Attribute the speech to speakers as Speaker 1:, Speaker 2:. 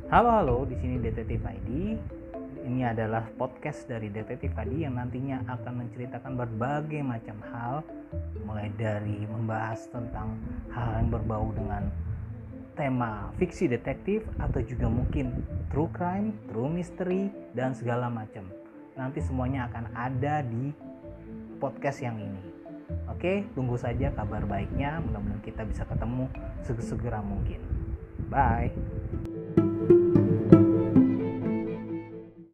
Speaker 1: Halo, di sini Detektif ID. Ini adalah podcast dari Detektif ID yang nantinya akan menceritakan berbagai macam hal, mulai dari membahas tentang hal yang berbau dengan tema fiksi detektif atau juga mungkin true crime, true mystery, dan segala macam. Nanti semuanya akan ada di podcast yang ini. Oke, tunggu saja kabar baiknya. Mudah-mudahan kita bisa ketemu segera mungkin. Bye.